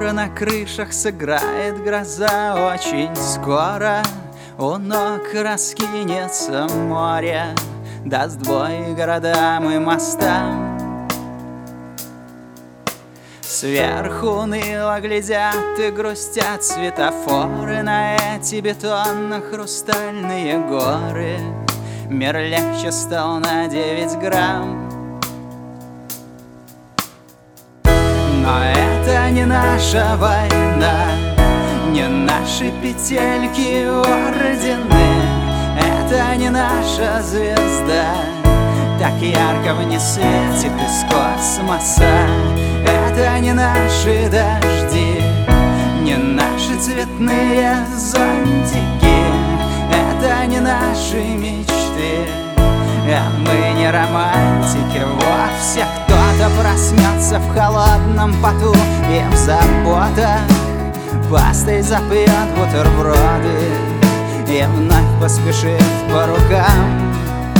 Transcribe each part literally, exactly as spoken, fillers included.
Скоро на крышах сыграет гроза, очень скоро у ног раскинется море, даст бой городам и мостам. Сверху уныло глядят и грустят светофоры на эти бетонно-хрустальные горы. Мир легче стал на девять грамм. Но это не наша война, не наши петельки ордены, это не наша звезда, так ярко в ней светит из космоса. Это не наши дожди, не наши цветные зонтики, это не наши мечты, а мы не романтики вовсе. Кто-то проснется в холодном поту и в заботах пастой запьет бутерброды и вновь поспешит по рукам.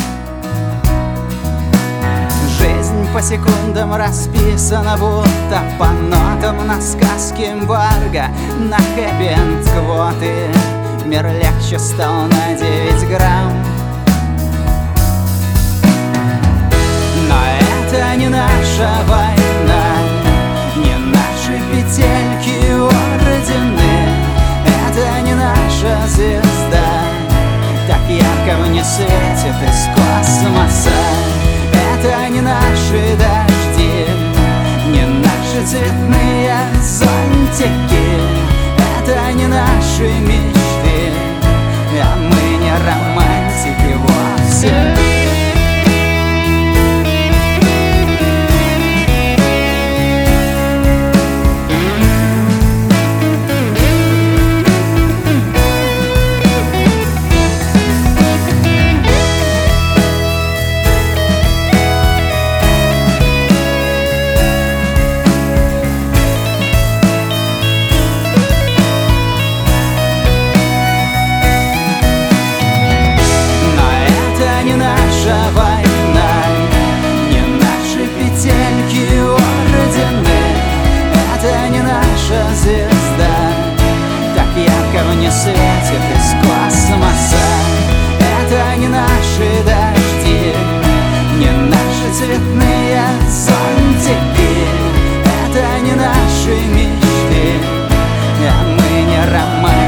Жизнь по секундам расписана, будто по нотам на сказке эмбарго, на хэппи-энд квоты. Мир легче стал на девять грамм. Но это не наша война, не наши петельки ордены, это не наша звезда, так ярко в ней светит из космоса. Это не наши дожди, не наши цветные зонтики, это не наши мечты, а мы не романтики вовсе. Звезда так ярко в ней светит из космоса. Это не наши дожди, не наши цветные зонтики, это не наши мечты, а мы не романтики.